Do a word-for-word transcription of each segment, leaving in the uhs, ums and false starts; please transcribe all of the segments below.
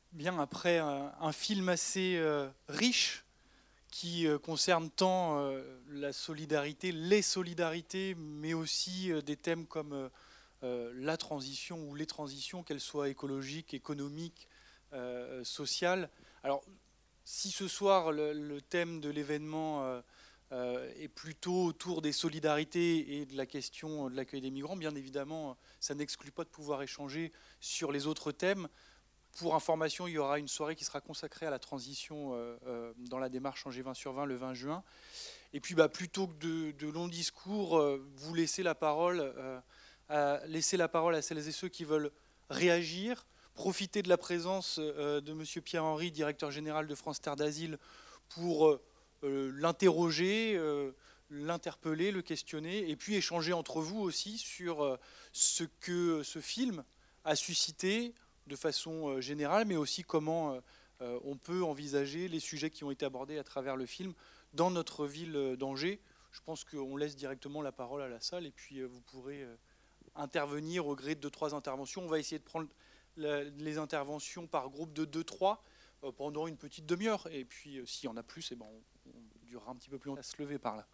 Bien, après un, un film assez euh, riche qui euh, concerne tant euh, la solidarité, les solidarités, mais aussi euh, des thèmes comme euh, euh, la transition ou les transitions, qu'elles soient écologiques, économiques, euh, sociales. Alors, si ce soir le, le thème de l'événement euh, euh, est plutôt autour des solidarités et de la question de l'accueil des migrants, bien évidemment, ça n'exclut pas de pouvoir échanger sur les autres thèmes. Pour information, il y aura une soirée qui sera consacrée à la transition euh, euh, dans la démarche Angers vingt sur vingt le vingt juin. Et puis, bah, plutôt que de, de longs discours, euh, vous laissez la parole, euh, à, laissez la parole à celles et ceux qui veulent réagir, profiter de la présence euh, de M. Pierre-Henry, directeur général de France Terre d'Asile, pour euh, l'interroger, euh, l'interpeller, le questionner, et puis échanger entre vous aussi sur euh, ce que ce film a suscité de façon générale, mais aussi comment euh, on peut envisager les sujets qui ont été abordés à travers le film dans notre ville d'Angers. Je pense qu'on laisse directement la parole à la salle et puis vous pourrez intervenir au gré de deux, trois interventions. On va essayer de prendre la, les interventions par groupe de deux, trois euh, pendant une petite demi-heure. Et puis euh, s'il y en a plus, eh ben, on, on durera un petit peu plus longtemps à se lever par là.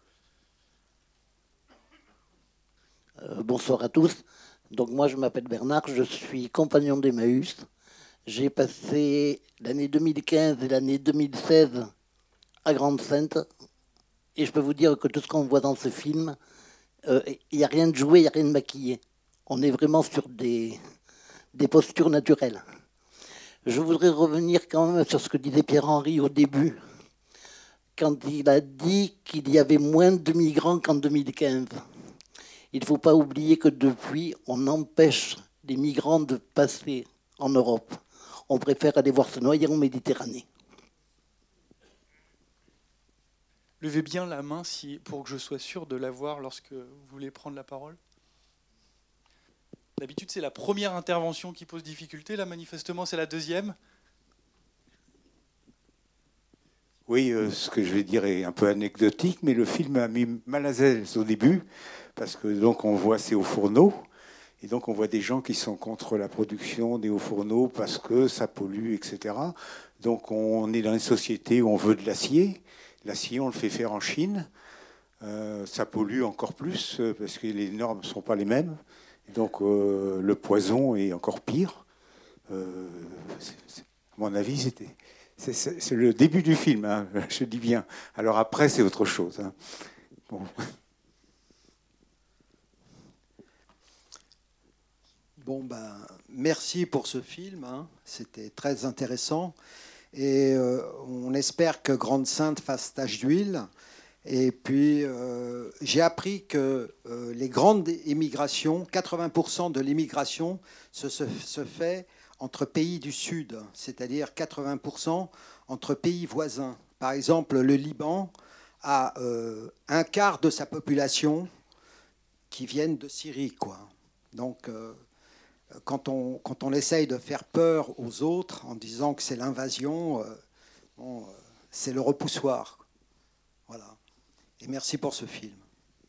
Euh, bonsoir à tous. Donc moi je m'appelle Bernard, je suis compagnon d'Emmaüs. J'ai passé l'année deux mille quinze et l'année deux mille seize à Grande-Sainte. Et je peux vous dire que tout ce qu'on voit dans ce film, il euh, n'y a rien de joué, il n'y a rien de maquillé. On est vraiment sur des, des postures naturelles. Je voudrais revenir quand même sur ce que disait Pierre-Henry au début, quand il a dit qu'il y avait moins de migrants qu'en deux mille quinze. Il ne faut pas oublier que depuis, on empêche les migrants de passer en Europe. On préfère aller voir se noyer en Méditerranée. Levez bien la main si, pour que je sois sûr de la voir lorsque vous voulez prendre la parole. D'habitude, c'est la première intervention qui pose difficulté. Là, manifestement, c'est la deuxième. Oui, euh, ce que je vais dire est un peu anecdotique, mais le film a mis mal à l'aise au début, parce que donc on voit ces hauts fourneaux, et donc on voit des gens qui sont contre la production des hauts fourneaux parce que ça pollue, et cetera. Donc on est dans une société où on veut de l'acier. L'acier, on le fait faire en Chine. Euh, ça pollue encore plus parce que les normes ne sont pas les mêmes. Et donc euh, le poison est encore pire. Euh, c'est, c'est, à mon avis, c'était... C'est, c'est, c'est le début du film, hein, je dis bien. Alors après, c'est autre chose. Hein. Bon. Bon, ben, merci pour ce film. Hein. C'était très intéressant. Et euh, on espère que Grande-Sainte fasse tache d'huile. Et puis, euh, j'ai appris que euh, les grandes émigrations, quatre-vingts pour cent de l'immigration se, se, se fait entre pays du Sud, c'est-à-dire quatre-vingts pour cent entre pays voisins. Par exemple, le Liban a euh, un quart de sa population qui viennent de Syrie, quoi. Donc, euh, quand, on, quand on essaye de faire peur aux autres en disant que c'est l'invasion, euh, bon, euh, c'est le repoussoir. Voilà. Et merci pour ce film.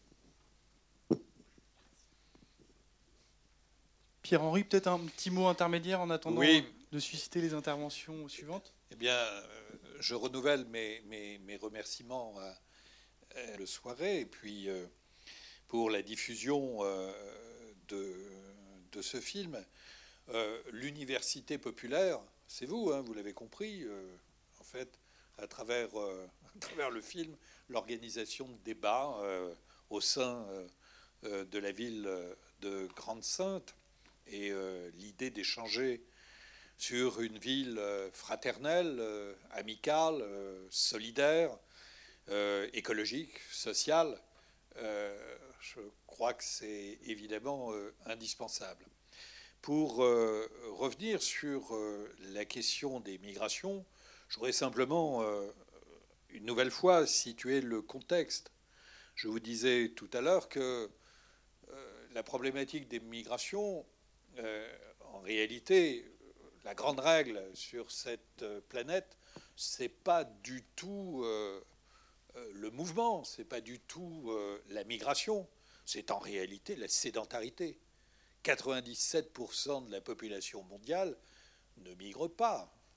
Pierre-Henry, peut-être un petit mot intermédiaire en attendant oui. de susciter les interventions suivantes. Eh bien, euh, je renouvelle mes, mes, mes remerciements à, à la soirée et puis euh, pour la diffusion euh, de, de ce film. Euh, l'université populaire, c'est vous, hein, vous l'avez compris, euh, en fait, à travers, euh, à travers le film, l'organisation de débats euh, au sein euh, de la ville de Grande-Sainte et euh, l'idée d'échanger sur une ville fraternelle, euh, amicale, euh, solidaire, euh, écologique, sociale. Euh, je crois que c'est évidemment euh, indispensable. Pour euh, revenir sur euh, la question des migrations, je voudrais simplement, euh, une nouvelle fois, situer le contexte. Je vous disais tout à l'heure que euh, la problématique des migrations, euh, en réalité, la grande règle sur cette planète, c'est pas du tout euh, le mouvement, c'est pas du tout euh, la migration, c'est en réalité la sédentarité. quatre-vingt-dix-sept pour cent de la population mondiale ne migre pas.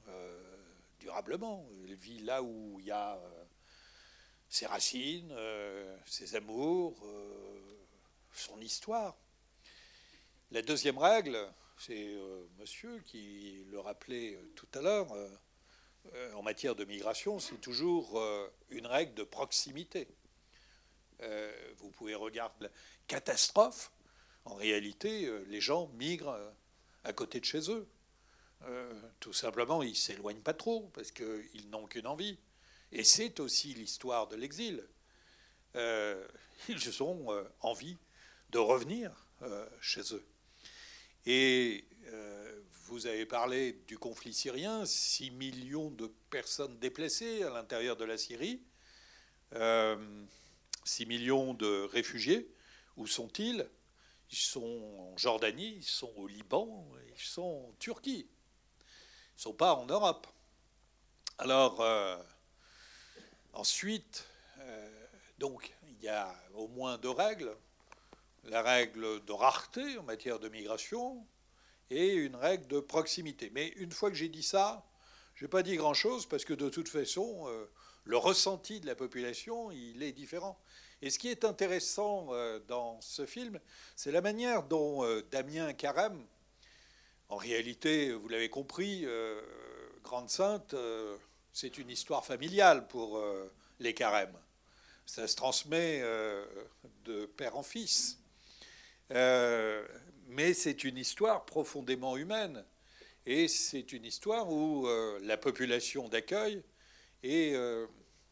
euh, durablement. Elle vit là où il y a euh, ses racines, euh, ses amours, euh, son histoire. La deuxième règle, c'est euh, monsieur qui le rappelait euh, tout à l'heure, euh, euh, en matière de migration, c'est toujours euh, une règle de proximité. Euh, vous pouvez regarder la catastrophe. En réalité, euh, les gens migrent euh, à côté de chez eux. Euh, tout simplement, ils ne s'éloignent pas trop parce qu'ils n'ont qu'une envie. Et c'est aussi l'histoire de l'exil. Euh, ils ont euh, envie de revenir euh, chez eux. Et euh, vous avez parlé du conflit syrien, six millions de personnes déplacées à l'intérieur de la Syrie, euh, six millions de réfugiés. Où sont-ils? Ils sont en Jordanie, ils sont au Liban, ils sont en Turquie. Ils ne sont pas en Europe. Alors, euh, ensuite, euh, donc, il y a au moins deux règles. La règle de rareté en matière de migration et une règle de proximité. Mais une fois que j'ai dit ça, je n'ai pas dit grand-chose parce que de toute façon, euh, le ressenti de la population, il est différent. Et ce qui est intéressant euh, dans ce film, c'est la manière dont euh, Damien Carême, en réalité, vous l'avez compris, euh, Grande Sainte, euh, c'est une histoire familiale pour euh, les Carême. Ça se transmet euh, de père en fils. Euh, mais c'est une histoire profondément humaine. Et c'est une histoire où euh, la population d'accueil est euh,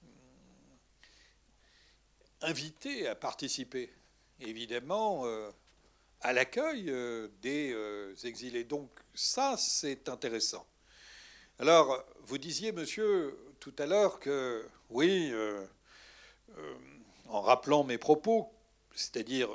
invitée à participer, évidemment, euh, à l'accueil euh, des euh, exilés. Donc ça, c'est intéressant. Alors, vous disiez, monsieur, tout à l'heure que, oui, euh, euh, en rappelant mes propos, c'est-à-dire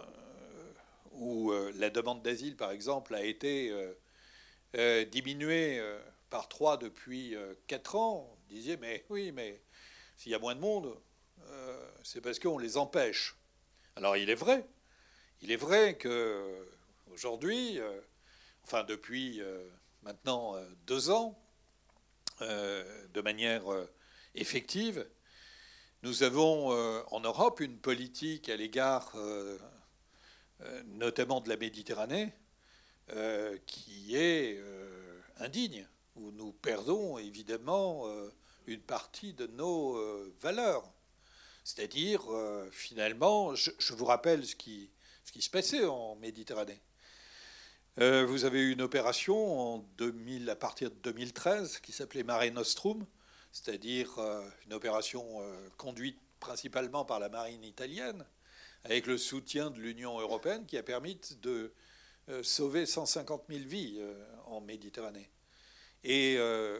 où euh, la demande d'asile, par exemple, a été euh, euh, diminuée euh, par trois depuis euh, quatre ans. Vous disiez, mais oui, mais s'il y a moins de monde, euh, c'est parce qu'on les empêche. Alors il est vrai, il est vrai qu'aujourd'hui, euh, enfin depuis euh, maintenant euh, deux ans, euh, de manière euh, effective, nous avons euh, en Europe une politique à l'égard euh, notamment de la Méditerranée, euh, qui est euh, indigne, où nous perdons évidemment euh, une partie de nos euh, valeurs. C'est-à-dire, euh, finalement, je, je vous rappelle ce qui, ce qui se passait en Méditerranée. Euh, vous avez eu une opération en deux mille, à partir de deux mille treize qui s'appelait Mare Nostrum, c'est-à-dire euh, une opération euh, conduite principalement par la marine italienne, avec le soutien de l'Union européenne qui a permis de euh, sauver cent cinquante mille vies euh, en Méditerranée. Et euh,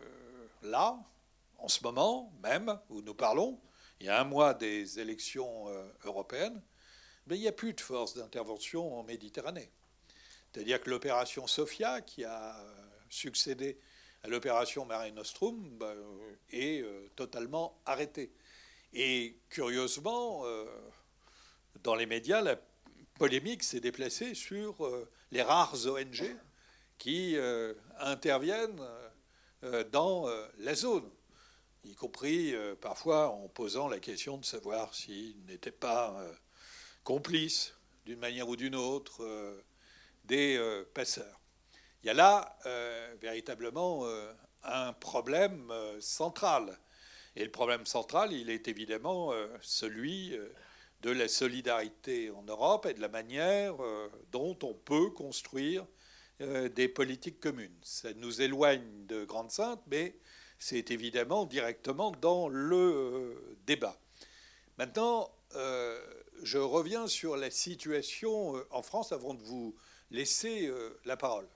là, en ce moment même où nous parlons, il y a un mois des élections euh, européennes, mais il n'y a plus de force d'intervention en Méditerranée. C'est-à-dire que l'opération Sophia, qui a succédé à l'opération Mare Nostrum, bah, est euh, totalement arrêtée. Et curieusement, euh, dans les médias, la polémique s'est déplacée sur euh, les rares O N G qui euh, interviennent euh, dans euh, la zone, y compris euh, parfois en posant la question de savoir s'ils n'étaient pas euh, complices, d'une manière ou d'une autre, euh, des euh, passeurs. Il y a là euh, véritablement euh, un problème euh, central. Et le problème central, il est évidemment euh, celui euh, de la solidarité en Europe et de la manière euh, dont on peut construire euh, des politiques communes. Ça nous éloigne de Grande Sainte, mais c'est évidemment directement dans le euh, débat. Maintenant, euh, je reviens sur la situation euh, en France avant de vous laisser euh, la parole.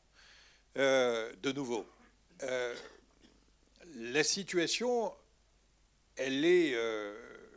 Euh, de nouveau, euh, la situation, elle est euh,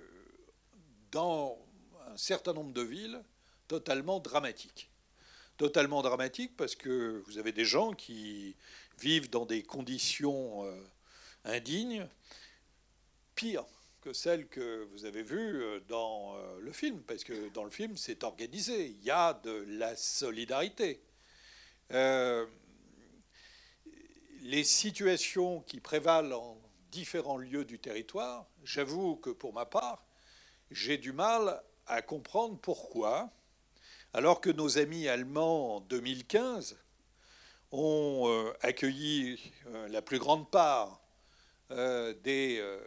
dans un certain nombre de villes totalement dramatique. Totalement dramatique parce que vous avez des gens qui vivent dans des conditions euh, indignes, pires que celles que vous avez vues dans euh, le film, parce que dans le film, c'est organisé. Il y a de la solidarité. Euh, les situations qui prévalent en différents lieux du territoire, j'avoue que pour ma part, j'ai du mal à comprendre pourquoi, alors que nos amis allemands en deux mille quinze ont euh, accueilli euh, la plus grande part euh, des euh,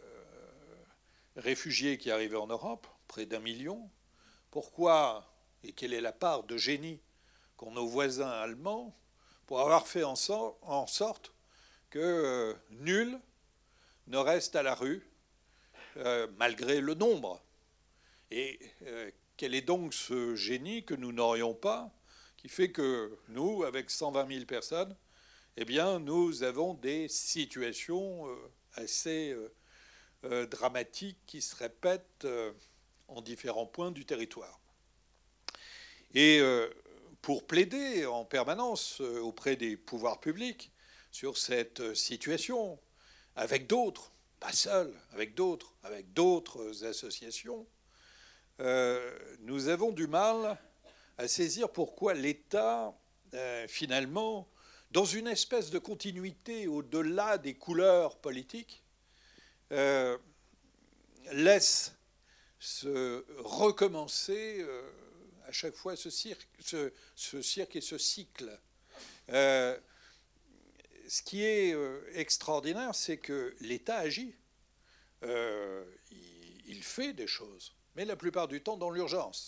réfugiés qui arrivaient en Europe, près d'un million, pourquoi et quelle est la part de génie qu'ont nos voisins allemands pour avoir fait en, so- en sorte que euh, nul ne reste à la rue, euh, malgré le nombre. Et euh, quel est donc ce génie que nous n'aurions pas, qui fait que nous, avec cent vingt mille personnes, eh bien, nous avons des situations euh, assez euh, euh, dramatiques qui se répètent euh, en différents points du territoire. Et euh, pour plaider en permanence euh, auprès des pouvoirs publics sur cette situation, avec d'autres, pas seul, avec d'autres, avec d'autres associations, euh, nous avons du mal à saisir pourquoi l'État, euh, finalement, dans une espèce de continuité au-delà des couleurs politiques, euh, laisse se recommencer euh, à chaque fois ce cirque, ce, ce cirque et ce cycle. Euh, ce qui est euh, extraordinaire, c'est que l'État agit. Euh, il, il fait des choses, mais la plupart du temps dans l'urgence.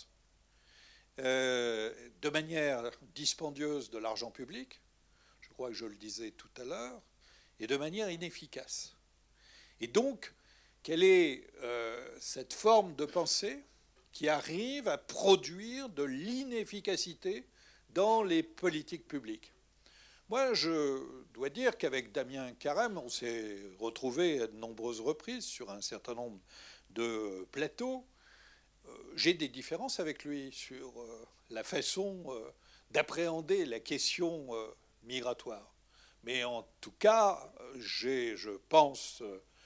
Euh, de manière dispendieuse de l'argent public, je crois que je le disais tout à l'heure, et de manière inefficace. Et donc, quelle est euh, cette forme de pensée qui arrive à produire de l'inefficacité dans les politiques publiques? Moi, je dois dire qu'avec Damien Carême, on s'est retrouvés à de nombreuses reprises sur un certain nombre de plateaux. J'ai des différences avec lui sur la façon d'appréhender la question migratoire. Mais en tout cas, j'ai, je pense,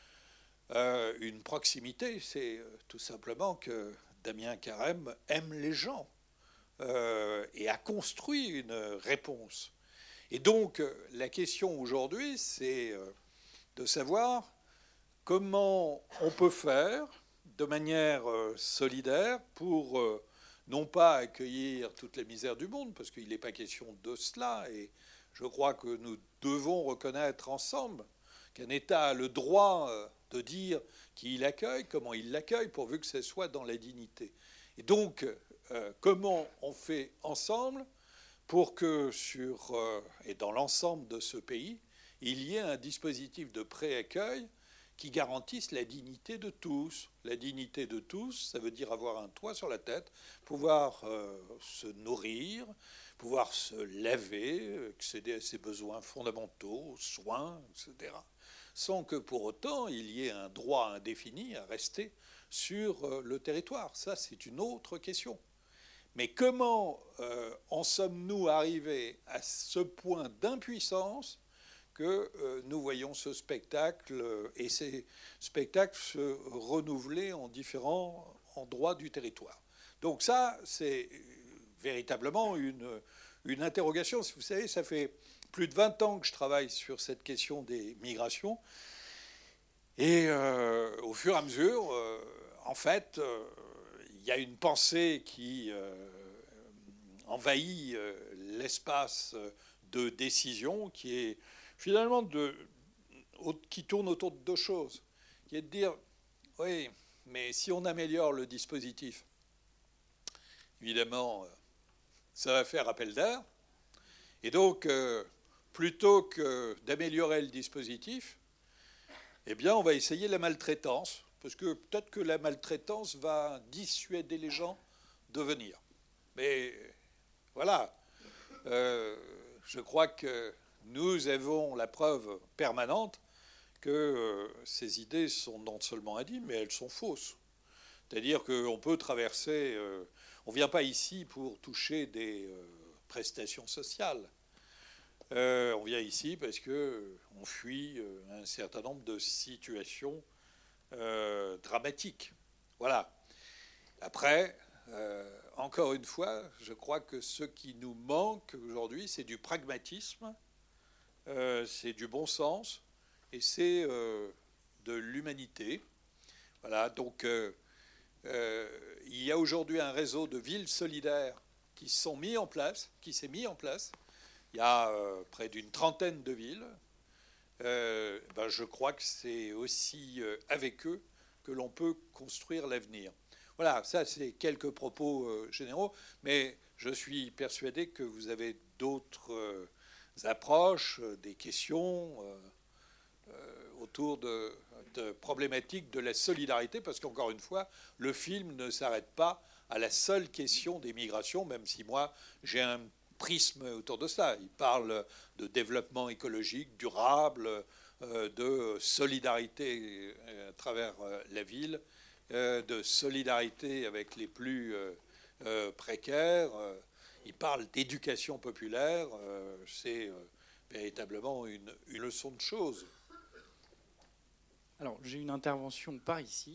une proximité. C'est tout simplement que Damien Carême aime les gens et a construit une réponse. Et donc, la question aujourd'hui, c'est de savoir comment on peut faire de manière solidaire pour non pas accueillir toutes les misères du monde, parce qu'il n'est pas question de cela, et je crois que nous devons reconnaître ensemble qu'un État a le droit de dire qui il accueille, comment il l'accueille, pourvu que ce soit dans la dignité. Et donc, euh, comment on fait ensemble pour que sur, euh, et dans l'ensemble de ce pays, il y ait un dispositif de pré-accueil qui garantisse la dignité de tous. La dignité de tous, ça veut dire avoir un toit sur la tête, pouvoir euh, se nourrir, pouvoir se laver, accéder à ses besoins fondamentaux, aux soins, et cetera, sans que pour autant il y ait un droit indéfini à rester sur le territoire. Ça, c'est une autre question. Mais comment euh, en sommes-nous arrivés à ce point d'impuissance que euh, nous voyons ce spectacle euh, et ces spectacles se renouveler en différents endroits du territoire? Donc ça, c'est véritablement une, une interrogation. Vous savez, ça fait plus de vingt ans que je travaille sur cette question des migrations. Et euh, au fur et à mesure, euh, en fait, euh, il y a une pensée qui euh, envahit euh, l'espace de décision qui est finalement de, qui tourne autour de deux choses, qui est de dire, oui, mais si on améliore le dispositif, évidemment, ça va faire appel d'air. Et donc, euh, plutôt que d'améliorer le dispositif, eh bien, on va essayer la maltraitance, parce que peut-être que la maltraitance va dissuader les gens de venir. Mais voilà, euh, je crois que nous avons la preuve permanente que euh, ces idées sont non seulement indignes, mais elles sont fausses. C'est-à-dire qu'on peut traverser... Euh, on ne vient pas ici pour toucher des euh, prestations sociales. Euh, on vient ici parce qu'on fuit euh, un certain nombre de situations euh, dramatiques. Voilà. Après, euh, encore une fois, je crois que ce qui nous manque aujourd'hui, c'est du pragmatisme euh, c'est du bon sens et c'est euh, de l'humanité. Voilà, donc euh, euh, il y a aujourd'hui un réseau de villes solidaires qui sont mis en place, qui s'est mis en place. Il y a euh, près d'une trentaine de villes. Euh, ben je crois que c'est aussi euh, avec eux que l'on peut construire l'avenir. Voilà, ça c'est quelques propos euh, généraux, mais je suis persuadé que vous avez d'autres euh, approches, euh, des questions euh, euh, autour de, de problématiques de la solidarité, parce qu'encore une fois, le film ne s'arrête pas à la seule question des migrations, même si moi j'ai un prisme autour de ça. Il parle de développement écologique durable, euh, de solidarité à travers euh, la ville, euh, de solidarité avec les plus euh, euh, précaires. Il parle d'éducation populaire. Euh, c'est euh, véritablement une, une leçon de choses. Alors, j'ai une intervention par ici.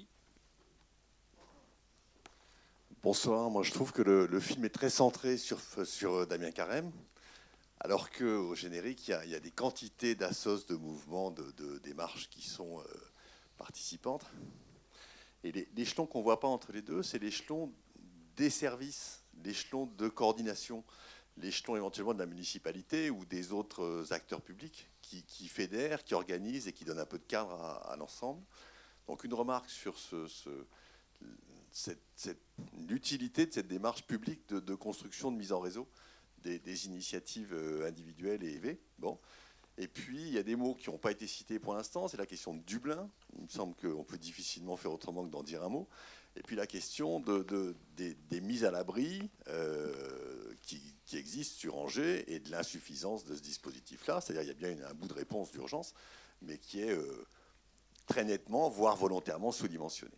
Bonsoir, moi je trouve que le, le film est très centré sur, sur Damien Carême, alors qu'au générique, il y, a, il y a des quantités d'assos, de mouvements, de, de démarches qui sont euh, participantes. Et les, l'échelon qu'on ne voit pas entre les deux, c'est l'échelon des services, l'échelon de coordination, l'échelon éventuellement de la municipalité ou des autres acteurs publics qui, qui fédèrent, qui organisent et qui donnent un peu de cadre à, à l'ensemble. Donc une remarque sur ce... ce Cette, cette, l'utilité de cette démarche publique de, de construction, de mise en réseau des, des initiatives individuelles et élevées. Bon. Et puis, il y a des mots qui n'ont pas été cités pour l'instant. C'est la question de Dublin. Il me semble qu'on peut difficilement faire autrement que d'en dire un mot. Et puis la question de, de, des, des mises à l'abri euh, qui, qui existent sur Angers et de l'insuffisance de ce dispositif-là. C'est-à-dire qu'il y a bien une, un bout de réponse d'urgence, mais qui est euh, très nettement, voire volontairement sous-dimensionné.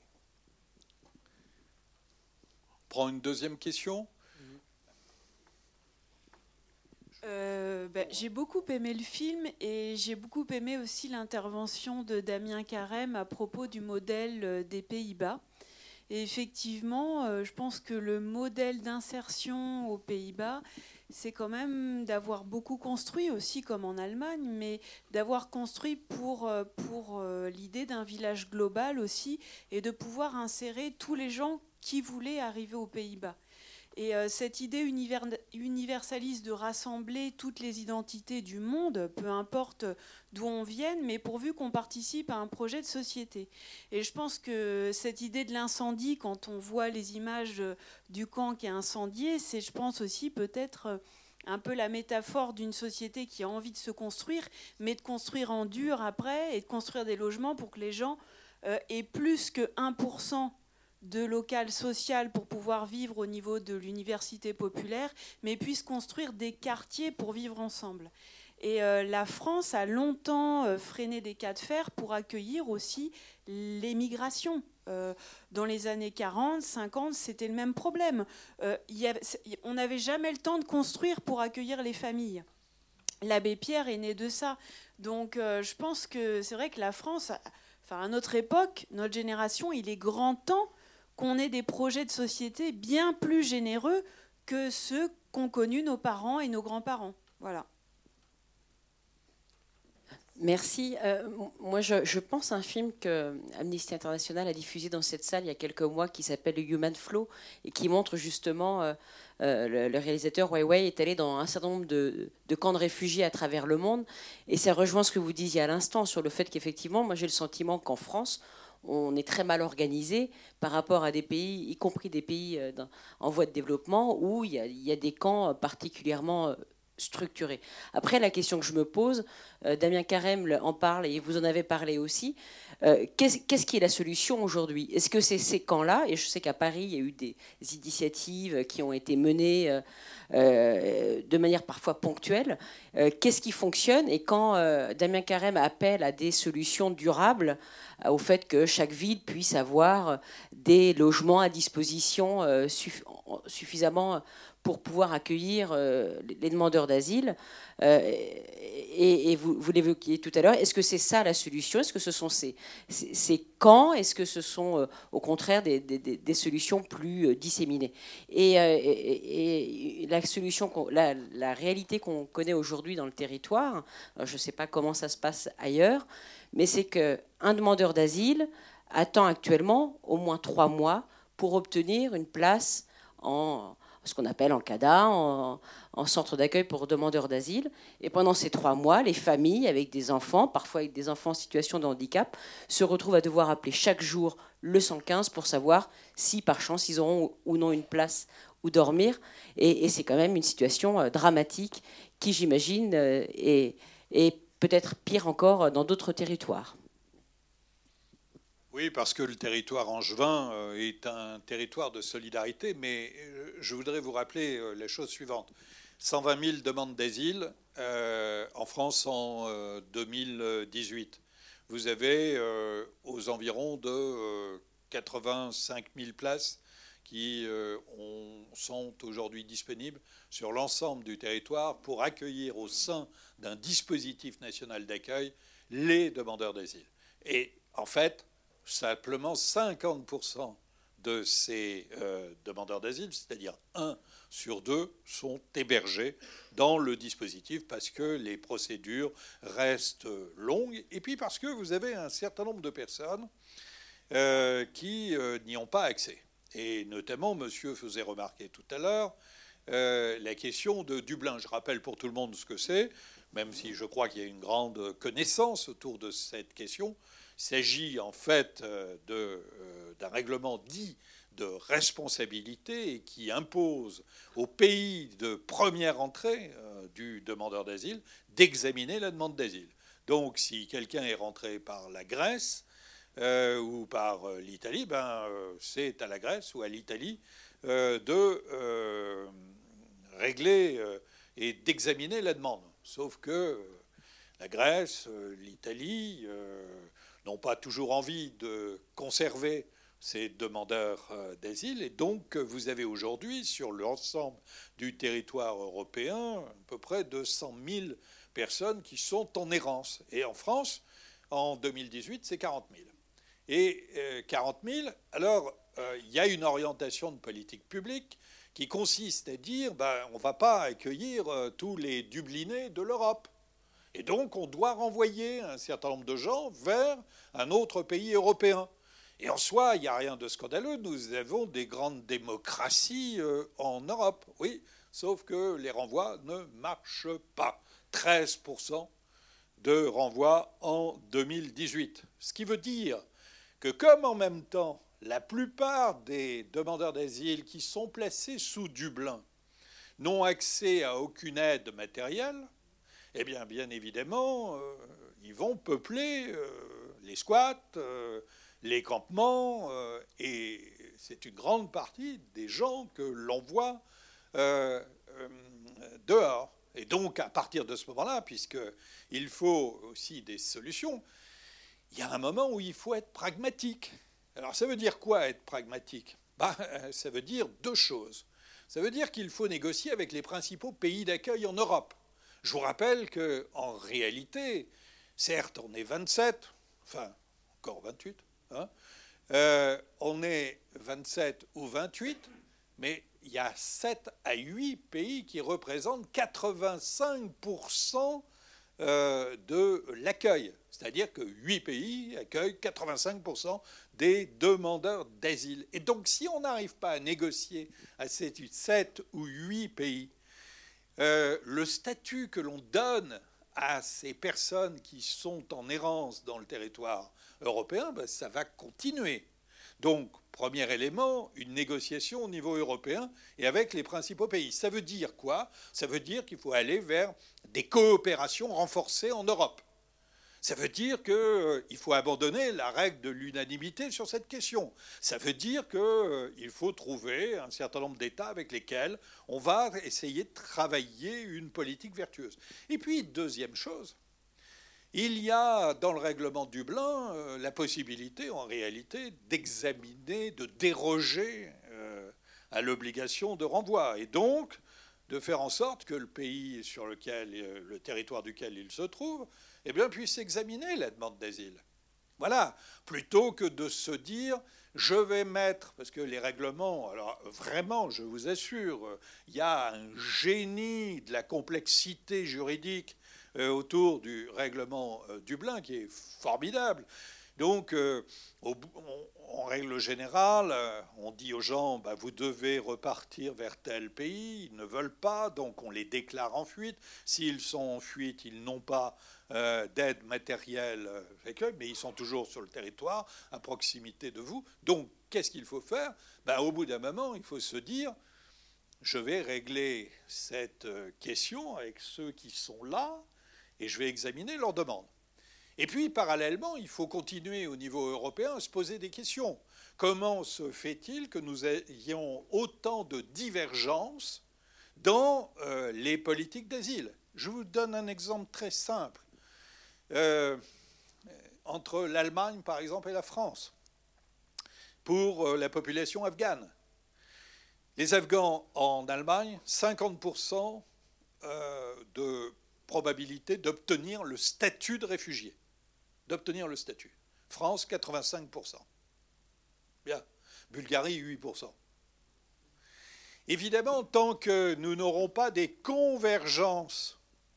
Prends une deuxième question. Euh, ben, j'ai beaucoup aimé le film et j'ai beaucoup aimé aussi l'intervention de Damien Carême à propos du modèle des Pays-Bas. Et effectivement, euh, je pense que le modèle d'insertion aux Pays-Bas, c'est quand même d'avoir beaucoup construit aussi, comme en Allemagne, mais d'avoir construit pour, pour euh, l'idée d'un village global aussi et de pouvoir insérer tous les gens qui voulaient arriver aux Pays-Bas. Et euh, cette idée universaliste de rassembler toutes les identités du monde, peu importe d'où on vienne, mais pourvu qu'on participe à un projet de société. Et je pense que cette idée de l'incendie, quand on voit les images du camp qui est incendié, c'est, je pense aussi, peut-être un peu la métaphore d'une société qui a envie de se construire, mais de construire en dur après et de construire des logements pour que les gens euh, aient plus que un pour cent de local social pour pouvoir vivre au niveau de l'université populaire, mais puissent construire des quartiers pour vivre ensemble. Et euh, la France a longtemps euh, freiné des cas de fer pour accueillir aussi l'émigration. Euh, dans les années quarante, cinquante, c'était le même problème. Euh, y avait, on n'avait jamais le temps de construire pour accueillir les familles. L'abbé Pierre est né de ça. Donc euh, je pense que c'est vrai que la France, enfin, à notre époque, notre génération, il est grand temps qu'on ait des projets de société bien plus généreux que ceux qu'ont connus nos parents et nos grands-parents. Voilà. Merci. Euh, moi, je, je pense à un film que Amnesty International a diffusé dans cette salle il y a quelques mois qui s'appelle The Human Flow et qui montre justement euh, euh, le, le réalisateur Weiwei est allé dans un certain nombre de, de camps de réfugiés à travers le monde et ça rejoint ce que vous disiez à l'instant sur le fait qu'effectivement, moi j'ai le sentiment qu'en France, on est très mal organisé par rapport à des pays, y compris des pays en voie de développement, où il y a, il y a des camps particulièrement structurés. Après, la question que je me pose, euh, Damien Carême en parle et vous en avez parlé aussi, euh, qu'est-ce, qu'est-ce qui est la solution aujourd'hui ? Est-ce que c'est ces camps-là ? Et je sais qu'à Paris, il y a eu des initiatives qui ont été menées euh, euh, de manière parfois ponctuelle. Euh, qu'est-ce qui fonctionne ? Et quand euh, Damien Carême appelle à des solutions durables, au fait que chaque ville puisse avoir des logements à disposition euh, suff- suffisamment pour pouvoir accueillir euh, les demandeurs d'asile. Euh, et, et vous, vous l'évoquiez tout à l'heure, est-ce que c'est ça la solution? Est-ce que ce sont ces, ces, ces camps? Est-ce que ce sont euh, au contraire des, des, des solutions plus euh, disséminées? et, euh, et, et la solution, la, la réalité qu'on connaît aujourd'hui dans le territoire, je ne sais pas comment ça se passe ailleurs, mais c'est qu'un demandeur d'asile attend actuellement au moins trois mois pour obtenir une place en ce qu'on appelle en C A D A, en, en centre d'accueil pour demandeurs d'asile. Et pendant ces trois mois, les familles avec des enfants, parfois avec des enfants en situation de handicap, se retrouvent à devoir appeler chaque jour le cent quinze pour savoir si, par chance, ils auront ou non une place où dormir. Et, et c'est quand même une situation euh, dramatique qui, j'imagine, euh, est, est peut-être pire encore dans d'autres territoires. Oui, parce que le territoire angevin est un territoire de solidarité, mais je voudrais vous rappeler la chose suivante. cent vingt mille demandes d'asile euh, en France en euh, deux mille dix-huit. Vous avez euh, aux environs de euh, quatre-vingt-cinq mille places qui euh, ont, sont aujourd'hui disponibles sur l'ensemble du territoire pour accueillir au sein d'un dispositif national d'accueil les demandeurs d'asile. Et en fait, simplement cinquante pour cent de ces euh, demandeurs d'asile, c'est-à-dire un sur deux, sont hébergés dans le dispositif parce que les procédures restent longues et puis parce que vous avez un certain nombre de personnes euh, qui euh, n'y ont pas accès. Et notamment, monsieur faisait remarquer tout à l'heure euh, la question de Dublin. Je rappelle pour tout le monde ce que c'est, même si je crois qu'il y a une grande connaissance autour de cette question. Il s'agit en fait de, euh, d'un règlement dit de responsabilité et qui impose au pays de première entrée euh, du demandeur d'asile d'examiner la demande d'asile. Donc si quelqu'un est rentré par la Grèce euh, ou par euh, l'Italie, ben, euh, c'est à la Grèce ou à l'Italie euh, de euh, régler euh, et d'examiner la demande. Sauf que euh, la Grèce, euh, l'Italie... Euh, n'ont pas toujours envie de conserver ces demandeurs d'asile. Et donc, vous avez aujourd'hui, sur l'ensemble du territoire européen, à peu près deux cent mille personnes qui sont en errance. Et en France, en deux mille dix-huit, c'est quarante mille. Et euh, quarante mille, alors, euh, il y a une orientation de politique publique qui consiste à dire ben, on ne va pas accueillir euh, tous les Dublinés de l'Europe. Et donc, on doit renvoyer un certain nombre de gens vers un autre pays européen. Et en soi, il n'y a rien de scandaleux. Nous avons des grandes démocraties euh, en Europe. Oui, sauf que les renvois ne marchent pas. treize pour cent de renvois en deux mille dix-huit. Ce qui veut dire que comme en même temps, la plupart des demandeurs d'asile qui sont placés sous Dublin n'ont accès à aucune aide matérielle, eh bien, bien évidemment, euh, ils vont peupler euh, les squats, euh, les campements, euh, et c'est une grande partie des gens que l'on voit euh, euh, dehors. Et donc, à partir de ce moment-là, puisqu'il faut aussi des solutions, il y a un moment où il faut être pragmatique. Alors, ça veut dire quoi, être pragmatique? Ben, ça veut dire deux choses. Ça veut dire qu'il faut négocier avec les principaux pays d'accueil en Europe. Je vous rappelle qu'en réalité, certes, on est vingt-sept, enfin, encore vingt-huit, hein, euh, on est vingt-sept ou vingt-huit, mais il y a sept à huit pays qui représentent quatre-vingt-cinq pour cent euh, de l'accueil. C'est-à-dire que huit pays accueillent quatre-vingt-cinq pour cent des demandeurs d'asile. Et donc, si on n'arrive pas à négocier à ces sept ou huit pays, Euh, le statut que l'on donne à ces personnes qui sont en errance dans le territoire européen, ben, ça va continuer. Donc, premier élément, une négociation au niveau européen et avec les principaux pays. Ça veut dire quoi? Ça veut dire qu'il faut aller vers des coopérations renforcées en Europe. Ça veut dire qu'il euh, faut abandonner la règle de l'unanimité sur cette question. Ça veut dire qu'il euh, faut trouver un certain nombre d'États avec lesquels on va essayer de travailler une politique vertueuse. Et puis, deuxième chose, il y a dans le règlement de Dublin euh, la possibilité, en réalité, d'examiner, de déroger euh, à l'obligation de renvoi. Et donc, de faire en sorte que le pays sur lequel, le territoire duquel il se trouve, eh bien, puisse examiner la demande d'asile. Voilà, plutôt que de se dire, je vais mettre, parce que les règlements, alors vraiment, je vous assure, il y a un génie de la complexité juridique autour du règlement Dublin qui est formidable. Donc, euh, au, on, en règle générale, on dit aux gens, bah, vous devez repartir vers tel pays. Ils ne veulent pas, donc on les déclare en fuite. S'ils sont en fuite, ils n'ont pas euh, d'aide matérielle avec eux, mais ils sont toujours sur le territoire, à proximité de vous. Donc, qu'est-ce qu'il faut faire? Bah, au bout d'un moment, il faut se dire, je vais régler cette question avec ceux qui sont là, et je vais examiner leurs demandes. Et puis, parallèlement, il faut continuer au niveau européen à se poser des questions. Comment se fait-il que nous ayons autant de divergences dans euh, les politiques d'asile? Je vous donne un exemple très simple. Euh, entre l'Allemagne, par exemple, et la France, pour euh, la population afghane. Les Afghans en Allemagne, cinquante pour cent euh, de probabilité d'obtenir le statut de réfugié. d'obtenir le statut. France, quatre-vingt-cinq pour cent. Bien. Bulgarie, huit pour cent. Évidemment, tant que nous n'aurons pas des convergences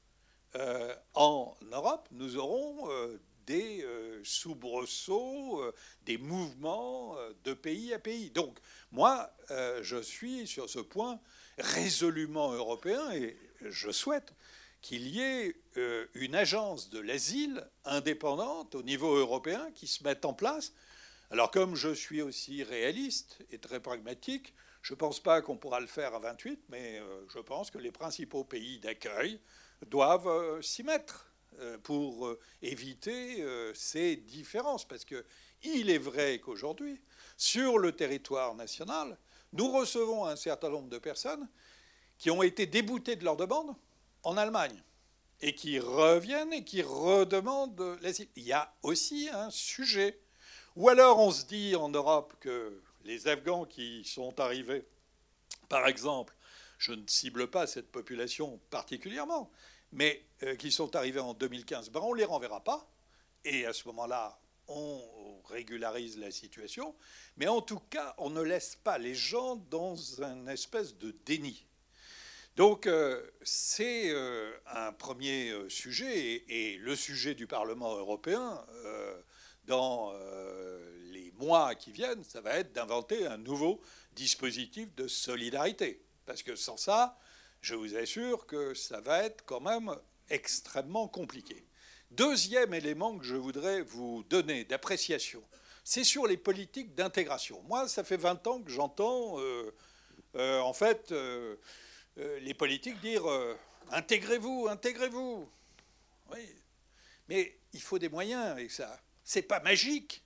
euh, en Europe, nous aurons euh, des euh, soubresauts, euh, des mouvements euh, de pays à pays. Donc, moi, euh, je suis sur ce point résolument européen et je souhaite qu'il y ait euh, une agence de l'asile indépendante au niveau européen qui se mette en place. Alors, comme je suis aussi réaliste et très pragmatique, je ne pense pas qu'on pourra le faire à vingt-huit, mais euh, je pense que les principaux pays d'accueil doivent euh, s'y mettre euh, pour euh, éviter euh, ces différences. Parce qu'il est vrai qu'aujourd'hui, sur le territoire national, nous recevons un certain nombre de personnes qui ont été déboutées de leur demande en Allemagne, et qui reviennent et qui redemandent l'asile. Il y a aussi un sujet. Ou alors on se dit en Europe que les Afghans qui sont arrivés, par exemple, je ne cible pas cette population particulièrement, mais euh, qui sont arrivés en deux mille quinze, ben on ne les renverra pas, et à ce moment-là, on régularise la situation, mais en tout cas, on ne laisse pas les gens dans une espèce de déni. Donc euh, c'est euh, un premier euh, sujet, et, et le sujet du Parlement européen, euh, dans euh, les mois qui viennent, ça va être d'inventer un nouveau dispositif de solidarité. Parce que sans ça, je vous assure que ça va être quand même extrêmement compliqué. Deuxième élément que je voudrais vous donner d'appréciation, c'est sur les politiques d'intégration. Moi, ça fait vingt ans que j'entends, euh, euh, en fait... Euh, Euh, les politiques dire euh, intégrez-vous, intégrez-vous. Oui, mais il faut des moyens avec ça. C'est pas magique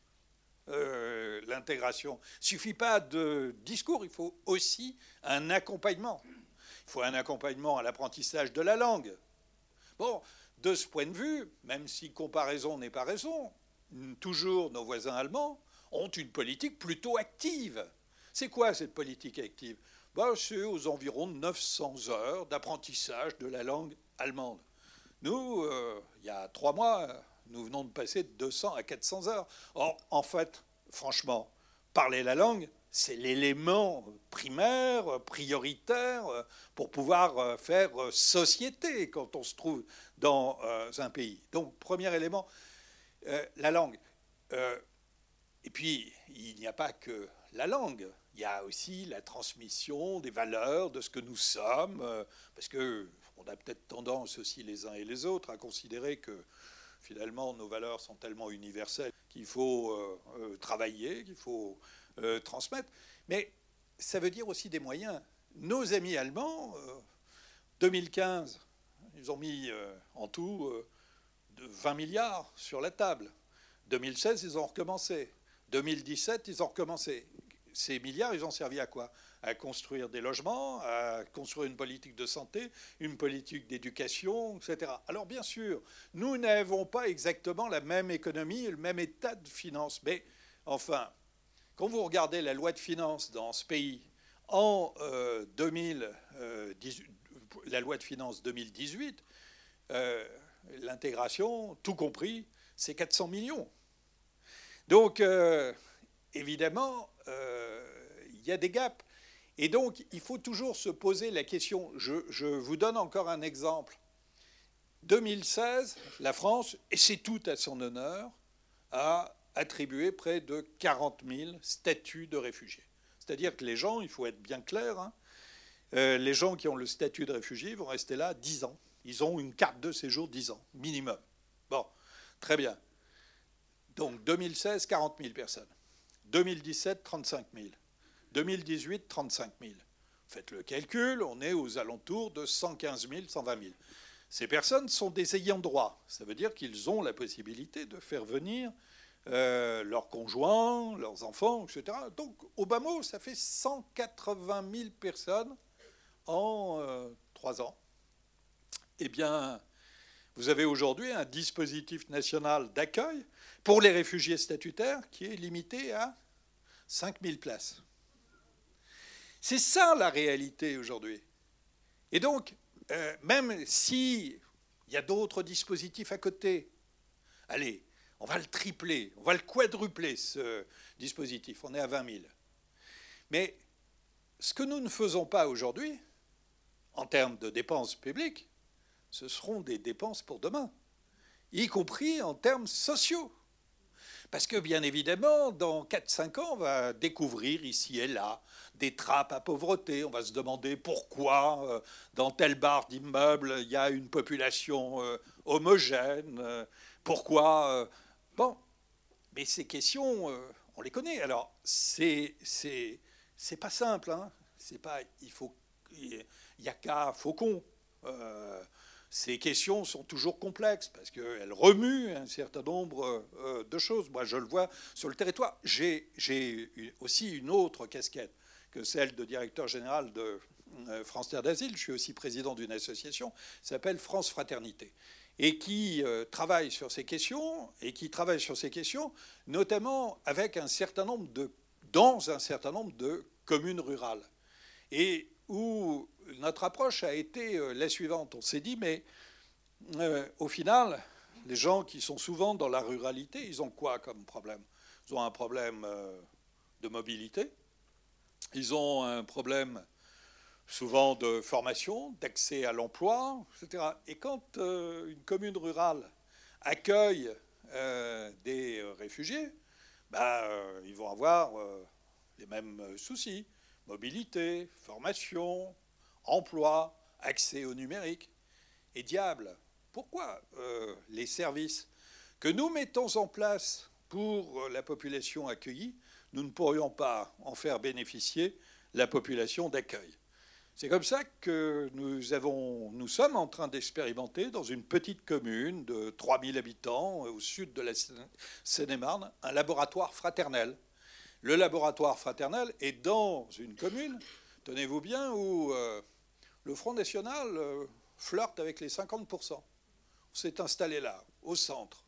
euh, l'intégration. Il suffit pas de discours, il faut aussi un accompagnement. Il faut un accompagnement à l'apprentissage de la langue. Bon, de ce point de vue, même si comparaison n'est pas raison, toujours nos voisins allemands ont une politique plutôt active. C'est quoi cette politique active ? Ben, c'est aux environs de neuf cents heures d'apprentissage de la langue allemande. Nous, euh, il y a trois mois, nous venons de passer de deux cents à quatre cents heures. Or, en fait, franchement, parler la langue, c'est l'élément primaire, prioritaire, pour pouvoir faire société quand on se trouve dans un pays. Donc, premier élément, euh, la langue. Euh, et puis, il n'y a pas que la langue. Il y a aussi la transmission des valeurs, de ce que nous sommes, parce qu'on a peut-être tendance aussi les uns et les autres à considérer que finalement nos valeurs sont tellement universelles qu'il faut euh, travailler, qu'il faut euh, transmettre. Mais ça veut dire aussi des moyens. Nos amis allemands, euh, deux mille quinze, ils ont mis euh, en tout euh, vingt milliards sur la table. deux mille seize, ils ont recommencé. deux mille dix-sept, ils ont recommencé. Ces milliards, ils ont servi à quoi? À construire des logements, à construire une politique de santé, une politique d'éducation, et cetera. Alors bien sûr, nous n'avons pas exactement la même économie et le même état de finances. Mais enfin, quand vous regardez la loi de finances dans ce pays en euh, deux mille dix-huit, la loi de finances deux mille dix-huit, euh, l'intégration, tout compris, c'est quatre cents millions. Donc, euh, évidemment, euh, il y a des gaps. Et donc, il faut toujours se poser la question. Je, je vous donne encore un exemple. deux mille seize, la France, et c'est tout à son honneur, a attribué près de quarante mille statuts de réfugiés. C'est-à-dire que les gens, il faut être bien clair, hein, euh, les gens qui ont le statut de réfugié vont rester là dix ans. Ils ont une carte de séjour dix ans, minimum. Bon, très bien. Donc, deux mille seize, quarante mille personnes. deux mille dix-sept, trente-cinq mille. deux mille dix-huit, trente-cinq mille. Faites le calcul, on est aux alentours de cent quinze mille, cent vingt mille. Ces personnes sont des ayants droit. Ça veut dire qu'ils ont la possibilité de faire venir euh, leurs conjoints, leurs enfants, et cetera. Donc, au bas mot, ça fait cent quatre-vingt mille personnes en euh, trois ans. Eh bien, vous avez aujourd'hui un dispositif national d'accueil pour les réfugiés statutaires qui est limité à cinq mille places. C'est ça la réalité aujourd'hui. Et donc, euh, même s'il y a d'autres dispositifs à côté, allez, on va le tripler, on va le quadrupler, ce dispositif. On est à vingt mille. Mais ce que nous ne faisons pas aujourd'hui, en termes de dépenses publiques, ce seront des dépenses pour demain, y compris en termes sociaux. Parce que, bien évidemment, dans quatre cinq ans, on va découvrir ici et là des trappes à pauvreté. On va se demander pourquoi, euh, dans telle barre d'immeuble, il y a une population euh, homogène. Euh, pourquoi euh, Bon, mais ces questions, euh, on les connaît. Alors, c'est, c'est, c'est pas simple. Hein. C'est pas, il faut, il y a qu'à Faucon. Euh, Ces questions sont toujours complexes parce qu'elles remuent un certain nombre de choses. Moi, je le vois sur le territoire. J'ai, j'ai aussi une autre casquette que celle de directeur général de France Terre d'Asile. Je suis aussi président d'une association qui s'appelle France Fraternité et qui travaille sur ces questions et qui travaille sur ces questions notamment avec un certain nombre de, dans un certain nombre de communes rurales. Et où notre approche a été la suivante. On s'est dit, mais euh, au final, les gens qui sont souvent dans la ruralité, ils ont quoi comme problème ? Ils ont un problème euh, de mobilité, ils ont un problème souvent de formation, d'accès à l'emploi, et cetera. Et quand euh, une commune rurale accueille euh, des réfugiés, bah, euh, ils vont avoir euh, les mêmes soucis. Mobilité, formation, emploi, accès au numérique. Et diable, pourquoi euh, les services que nous mettons en place pour la population accueillie, nous ne pourrions pas en faire bénéficier la population d'accueil ? C'est comme ça que nous, avons, nous sommes en train d'expérimenter dans une petite commune de trois mille habitants au sud de la Seine-et-Marne un laboratoire fraternel. Le laboratoire fraternel est dans une commune, tenez-vous bien, où euh, le Front National euh, flirte avec les cinquante pour cent. On s'est installé là, au centre.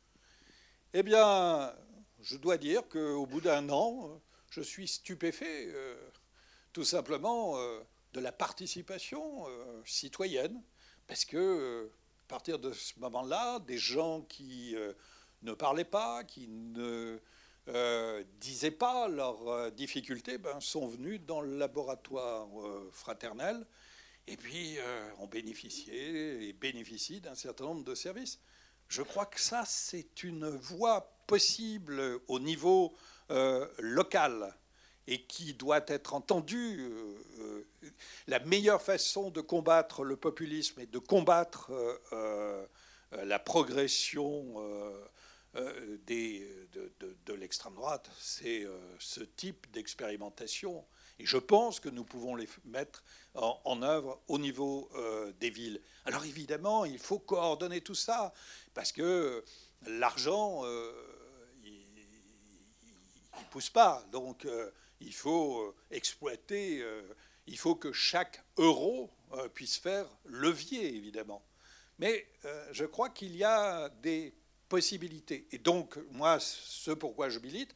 Eh bien, je dois dire qu'au bout d'un an, je suis stupéfait, euh, tout simplement, euh, de la participation euh, citoyenne, parce que, euh, à partir de ce moment-là, des gens qui euh, ne parlaient pas, qui ne... Euh, disaient pas leurs euh, difficultés, ben, sont venus dans le laboratoire euh, fraternel et puis euh, ont bénéficié et bénéficient d'un certain nombre de services. Je crois que ça, c'est une voie possible au niveau euh, local et qui doit être entendue. Euh, la meilleure façon de combattre le populisme et de combattre euh, euh, la progression euh, Euh, des, de, de, de l'extrême droite, c'est euh, ce type d'expérimentation. Et je pense que nous pouvons les mettre en, en œuvre au niveau euh, des villes. Alors évidemment, il faut coordonner tout ça, parce que l'argent, euh, il ne pousse pas. Donc euh, il faut exploiter, euh, il faut que chaque euro euh, puisse faire levier, évidemment. Mais euh, je crois qu'il y a des possibilités. Et donc, moi, ce pourquoi je milite,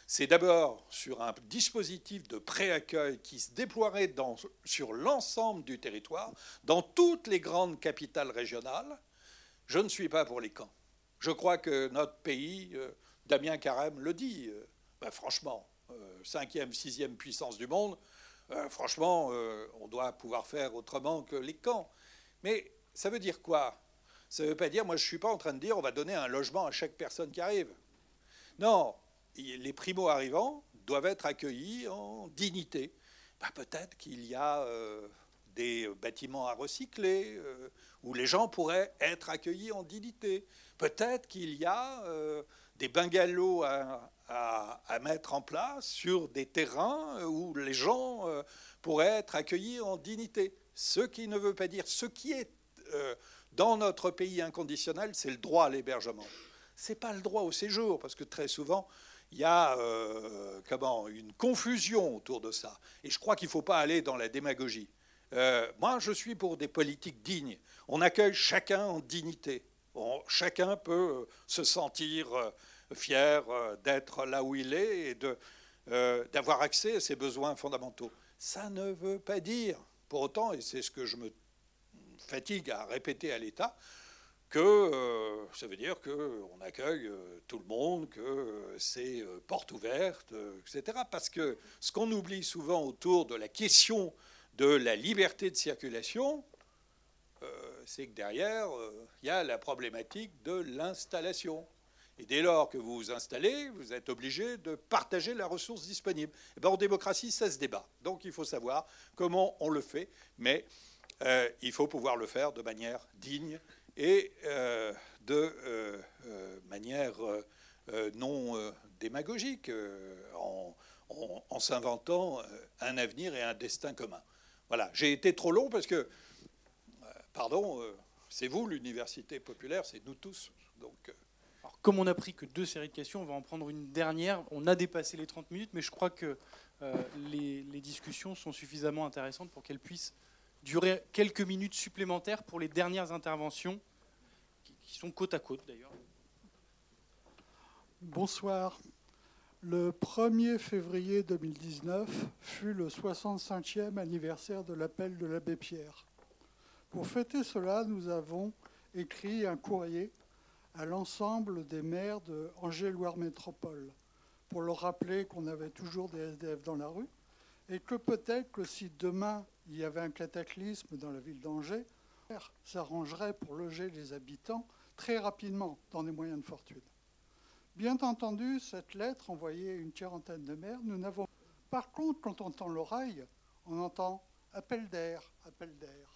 c'est d'abord sur un dispositif de pré-accueil qui se déploierait dans, sur l'ensemble du territoire, dans toutes les grandes capitales régionales. Je ne suis pas pour les camps. Je crois que notre pays, euh, Damien Carême le dit, euh, ben franchement, euh, cinquième, sixième puissance du monde, euh, franchement, euh, on doit pouvoir faire autrement que les camps. Mais ça veut dire quoi? Ça ne veut pas dire, moi je ne suis pas en train de dire on va donner un logement à chaque personne qui arrive. Non, les primo-arrivants doivent être accueillis en dignité. Ben, peut-être qu'il y a euh, des bâtiments à recycler, euh, où les gens pourraient être accueillis en dignité. Peut-être qu'il y a euh, des bungalows à, à, à mettre en place sur des terrains où les gens euh, pourraient être accueillis en dignité. Ce qui ne veut pas dire... Ce qui est euh, dans notre pays inconditionnel, c'est le droit à l'hébergement. Ce n'est pas le droit au séjour, parce que très souvent... il y a euh, comment, une confusion autour de ça. Et je crois qu'il ne faut pas aller dans la démagogie. Euh, moi, je suis pour des politiques dignes. On accueille chacun en dignité. On, chacun peut se sentir euh, fier euh, d'être là où il est et de, euh, d'avoir accès à ses besoins fondamentaux. Ça ne veut pas dire, pour autant, et c'est ce que je me fatigue à répéter à l'État, que euh, ça veut dire qu'on accueille euh, tout le monde, que euh, c'est euh, porte ouverte, euh, et cetera. Parce que ce qu'on oublie souvent autour de la question de la liberté de circulation, euh, c'est que derrière, il euh, y a la problématique de l'installation. Et dès lors que vous vous installez, vous êtes obligé de partager la ressource disponible. Et bien, en démocratie, ça se débat. Donc il faut savoir comment on le fait, mais euh, il faut pouvoir le faire de manière digne et euh, de euh, euh, manière euh, non euh, démagogique, euh, en, en, en s'inventant un avenir et un destin commun. Voilà, j'ai été trop long parce que, euh, pardon, euh, c'est vous l'université populaire, c'est nous tous. Donc, euh... Alors, comme on n'a pris que deux séries de questions, on va en prendre une dernière. On a dépassé les trente minutes, mais je crois que euh, les, les discussions sont suffisamment intéressantes pour qu'elles puissent durer quelques minutes supplémentaires pour les dernières interventions qui sont côte à côte d'ailleurs. Bonsoir. Le premier février deux mille dix-neuf fut le soixante-cinquième anniversaire de l'appel de l'abbé Pierre. Pour fêter cela, nous avons écrit un courrier à l'ensemble des maires de Angers-Loire Métropole pour leur rappeler qu'on avait toujours des S D F dans la rue et que peut-être que si demain il y avait un cataclysme dans la ville d'Angers, s'arrangerait pour loger les habitants très rapidement dans des moyens de fortune. Bien entendu, cette lettre envoyée à une quarantaine de maires, nous n'avons... Par contre, quand on entend l'oreille, on entend appel d'air, appel d'air.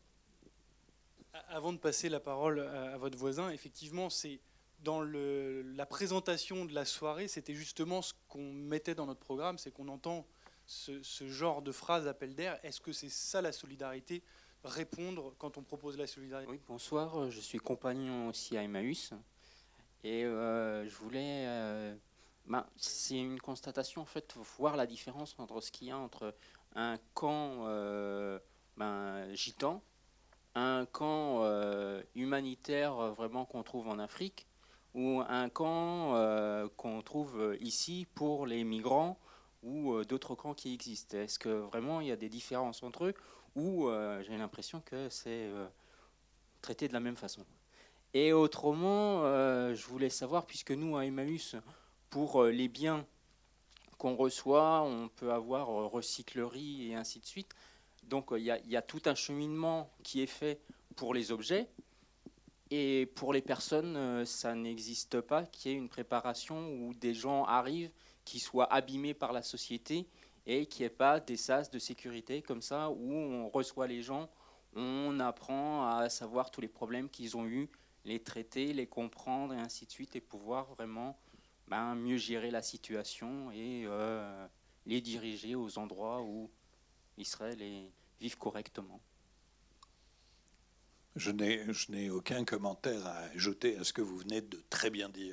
Avant de passer la parole à votre voisin, effectivement, c'est dans le, la présentation de la soirée, c'était justement ce qu'on mettait dans notre programme, c'est qu'on entend ce, ce genre de phrase appel d'air. Est-ce que c'est ça la solidarité ? Répondre quand on propose la solidarité. Oui, bonsoir, je suis compagnon aussi à Emmaüs et euh, je voulais, euh, ben, c'est une constatation en fait, voir la différence entre ce qu'il y a entre un camp euh, ben, gitan, un camp euh, humanitaire vraiment qu'on trouve en Afrique ou un camp euh, qu'on trouve ici pour les migrants ou euh, d'autres camps qui existent. Est-ce que vraiment il y a des différences entre eux ou euh, j'ai l'impression que c'est euh, traité de la même façon. Et autrement, euh, je voulais savoir, puisque nous, à Emmaüs, pour euh, les biens qu'on reçoit, on peut avoir euh, recyclerie et ainsi de suite. Donc il euh, y, y a tout un cheminement qui est fait pour les objets. Et pour les personnes, euh, ça n'existe pas, qu'il y ait une préparation où des gens arrivent, qui soient abîmés par la société, et qu'il n'y ait pas des sas de sécurité comme ça où on reçoit les gens, on apprend à savoir tous les problèmes qu'ils ont eus, les traiter, les comprendre et ainsi de suite et pouvoir vraiment ben, mieux gérer la situation et euh, les diriger aux endroits où ils seraient les vivent correctement. Je n'ai, je n'ai aucun commentaire à ajouter à ce que vous venez de très bien dire.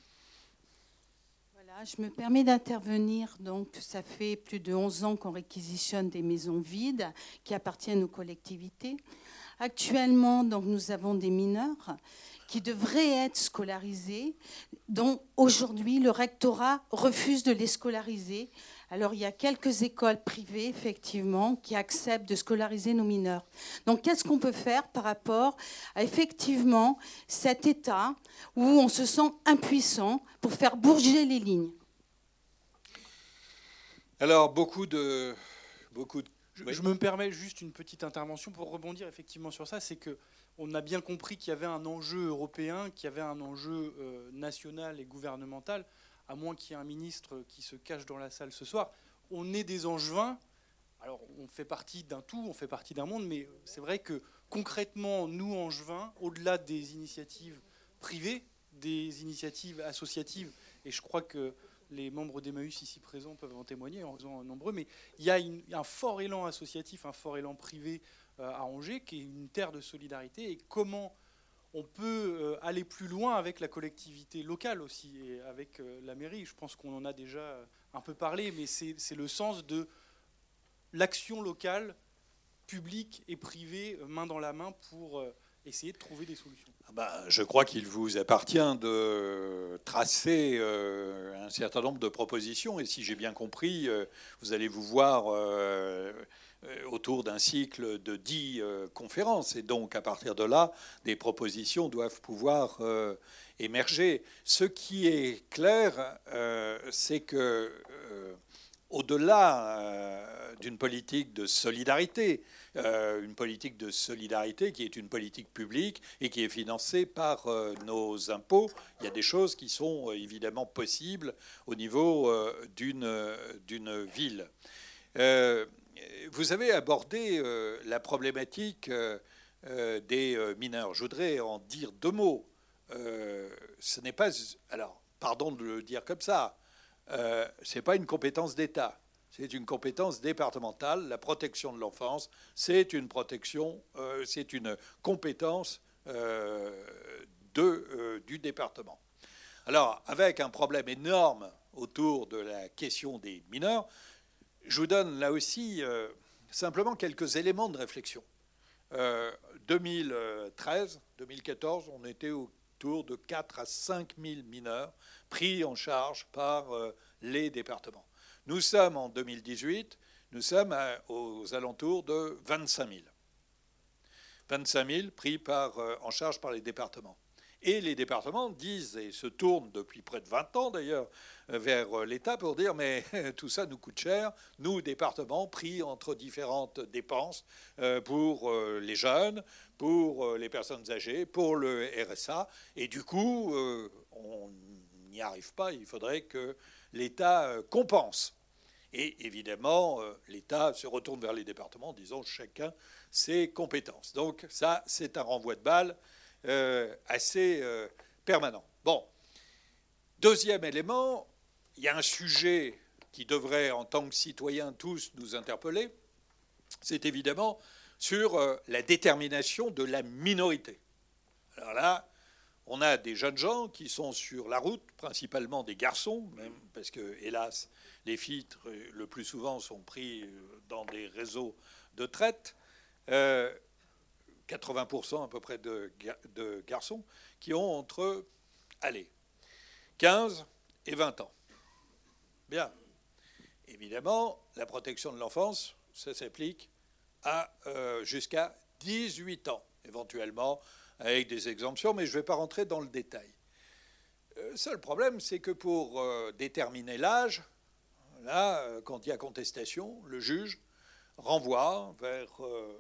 Je me permets d'intervenir. Donc, ça fait plus de onze ans qu'on réquisitionne des maisons vides qui appartiennent aux collectivités. Actuellement, donc, nous avons des mineurs qui devraient être scolarisés, dont aujourd'hui le rectorat refuse de les scolariser. Alors il y a quelques écoles privées, effectivement, qui acceptent de scolariser nos mineurs. Donc qu'est-ce qu'on peut faire par rapport à, effectivement, cet état où on se sent impuissant pour faire bouger les lignes? Alors, beaucoup de... Beaucoup de... Je, oui. je me permets juste une petite intervention pour rebondir effectivement sur ça. C'est qu'on a bien compris qu'il y avait un enjeu européen, qu'il y avait un enjeu euh, national et gouvernemental, à moins qu'il y ait un ministre qui se cache dans la salle ce soir. On est des angevins. Alors, on fait partie d'un tout, on fait partie d'un monde, mais c'est vrai que concrètement, nous, angevins, au-delà des initiatives privées, des initiatives associatives, et je crois que les membres d'Emmaüs ici présents peuvent en témoigner en faisant nombreux, mais il y a une, un fort élan associatif, un fort élan privé euh, à Angers, qui est une terre de solidarité, et comment on peut euh, aller plus loin avec la collectivité locale aussi, et avec euh, la mairie. Je pense qu'on en a déjà un peu parlé, mais c'est le sens de l'action locale, publique et privée, main dans la main, pour euh, essayer de trouver des solutions. Ben, je crois qu'il vous appartient de tracer euh, un certain nombre de propositions. Et si j'ai bien compris, euh, vous allez vous voir euh, autour d'un cycle de dix euh, conférences. Et donc, à partir de là, des propositions doivent pouvoir euh, émerger. Ce qui est clair, euh, c'est que, euh, au-delà euh, d'une politique de solidarité, Euh, une politique de solidarité qui est une politique publique et qui est financée par euh, nos impôts. Il y a des choses qui sont euh, évidemment possibles au niveau euh, d'une euh, d'une ville. Euh, vous avez abordé euh, la problématique euh, euh, des euh, mineurs. Je voudrais en dire deux mots. Euh, ce n'est pas... Alors, pardon de le dire comme ça. Euh, ce n'est pas une compétence d'État. C'est une compétence départementale. La protection de l'enfance, c'est une protection, euh, c'est une compétence euh, de, euh, du département. Alors, avec un problème énorme autour de la question des mineurs, je vous donne là aussi euh, simplement quelques éléments de réflexion. Euh, deux mille treize, deux mille quatorze, on était autour de quatre à cinq mille mineurs pris en charge par euh, les départements. Nous sommes en deux mille dix-huit, nous sommes à, aux alentours de vingt-cinq mille. vingt-cinq mille pris par, euh, en charge par les départements. Et les départements disent, et se tournent depuis près de vingt ans d'ailleurs, vers l'État pour dire mais tout ça nous coûte cher, nous, départements, pris entre différentes dépenses euh, pour euh, les jeunes, pour euh, les personnes âgées, pour le R S A. Et du coup, euh, on n'y arrive pas, il faudrait que l'État euh, compense. Et évidemment, euh, l'État se retourne vers les départements en disant chacun ses compétences. Donc ça, c'est un renvoi de balle euh, assez euh, permanent. Bon, deuxième élément, il y a un sujet qui devrait, en tant que citoyens, tous nous interpeller, c'est évidemment sur euh, la détermination de la minorité. Alors là, on a des jeunes gens qui sont sur la route, principalement des garçons, même parce que, hélas, les filles, le plus souvent, sont pris dans des réseaux de traite. Euh, quatre-vingts pour cent à peu près de, de garçons qui ont entre, allez, quinze et vingt ans. Bien. Évidemment, la protection de l'enfance, ça s'applique à euh, jusqu'à dix-huit ans, éventuellement, avec des exemptions, mais je ne vais pas rentrer dans le détail. Le seul problème, c'est que pour euh, déterminer l'âge, là, quand il y a contestation, le juge renvoie vers euh,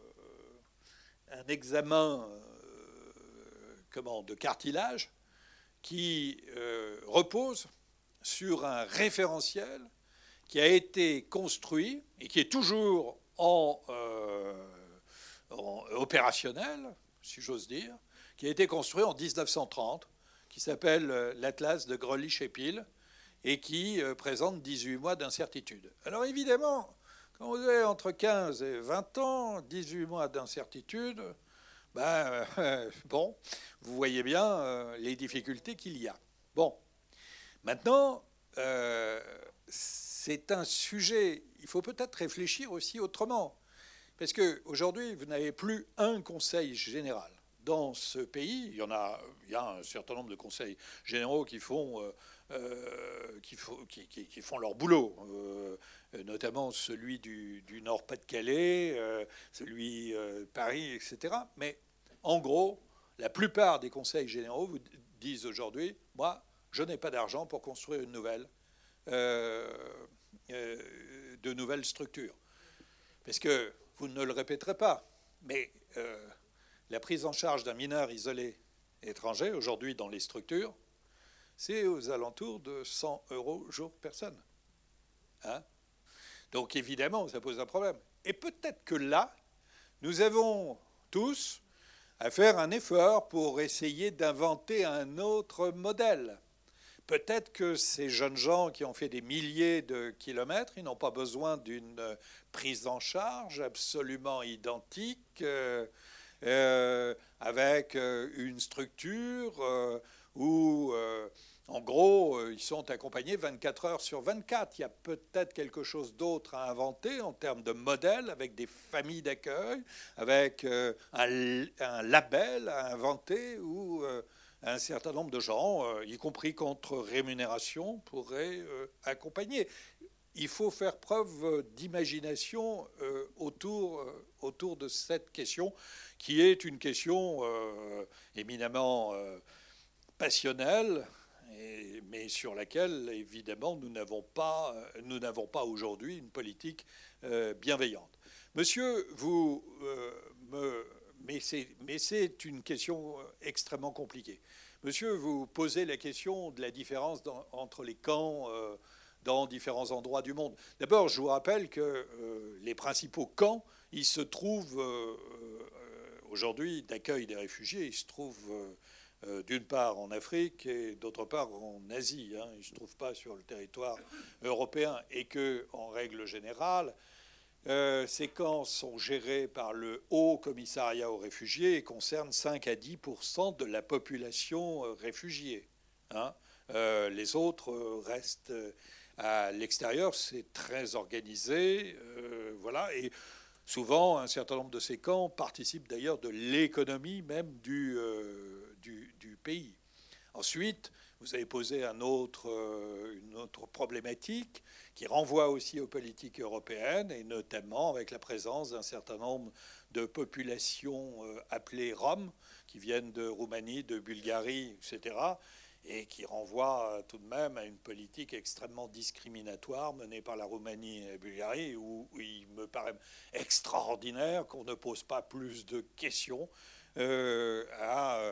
un examen euh, comment, de cartilage qui euh, repose sur un référentiel qui a été construit et qui est toujours en, euh, en opérationnel, si j'ose dire, qui a été construit en mille neuf cent trente, qui s'appelle l'Atlas de Greulich-Épil, et qui euh, présente dix-huit mois d'incertitude. Alors évidemment, quand vous avez entre quinze et vingt ans, dix-huit mois d'incertitude, ben, euh, bon, vous voyez bien euh, les difficultés qu'il y a. Bon, maintenant, euh, c'est un sujet, il faut peut-être réfléchir aussi autrement, parce qu'aujourd'hui, vous n'avez plus un conseil général. dans ce pays, il y en a, il y a un certain nombre de conseils généraux qui font, euh, euh, qui, font qui, qui, qui font leur boulot, euh, notamment celui du, du Nord-Pas-de-Calais, euh, celui euh, de Paris, et cetera. Mais en gros, la plupart des conseils généraux vous disent aujourd'hui, moi, je n'ai pas d'argent pour construire une nouvelle, euh, euh, de nouvelles structures. Parce que vous ne le répéterez pas, mais euh, la prise en charge d'un mineur isolé étranger, aujourd'hui dans les structures, c'est aux alentours de cent euros jour personne. Hein? Donc évidemment, ça pose un problème. Et peut-être que là, nous avons tous à faire un effort pour essayer d'inventer un autre modèle. Peut-être que ces jeunes gens qui ont fait des milliers de kilomètres, ils n'ont pas besoin d'une prise en charge absolument identique, euh, euh, avec une structure euh, où, euh, en gros, ils sont accompagnés vingt-quatre heures sur vingt-quatre. Il y a peut-être quelque chose d'autre à inventer en termes de modèle, avec des familles d'accueil, avec euh, un, un label à inventer où... Euh, un certain nombre de gens, euh, y compris contre rémunération, pourraient euh, accompagner. Il faut faire preuve d'imagination euh, autour, euh, autour de cette question, qui est une question euh, éminemment euh, passionnelle, et, mais sur laquelle, évidemment, nous n'avons pas, nous n'avons pas aujourd'hui une politique euh, bienveillante. Monsieur, vous euh, me... Mais c'est, mais c'est une question extrêmement compliquée. Monsieur, vous posez la question de la différence dans, entre les camps euh, dans différents endroits du monde. D'abord, je vous rappelle que euh, les principaux camps, ils se trouvent euh, aujourd'hui d'accueil des réfugiés, ils se trouvent euh, euh, d'une part en Afrique et d'autre part en Asie. Hein. Ils ne se trouvent pas sur le territoire européen et que, en règle générale, Euh, ces camps sont gérés par le Haut Commissariat aux réfugiés et concernent cinq à dix pour cent de la population euh, réfugiée. Hein. Euh, les autres euh, restent euh, à l'extérieur. C'est très organisé. Euh, voilà. Et souvent, un certain nombre de ces camps participent d'ailleurs de l'économie même du, euh, du, du pays. Ensuite, vous avez posé un autre, euh, une autre problématique qui renvoie aussi aux politiques européennes, et notamment avec la présence d'un certain nombre de populations euh, appelées Roms, qui viennent de Roumanie, de Bulgarie, et cetera, et qui renvoie euh, tout de même à une politique extrêmement discriminatoire menée par la Roumanie et la Bulgarie, où, où il me paraît extraordinaire qu'on ne pose pas plus de questions euh, à...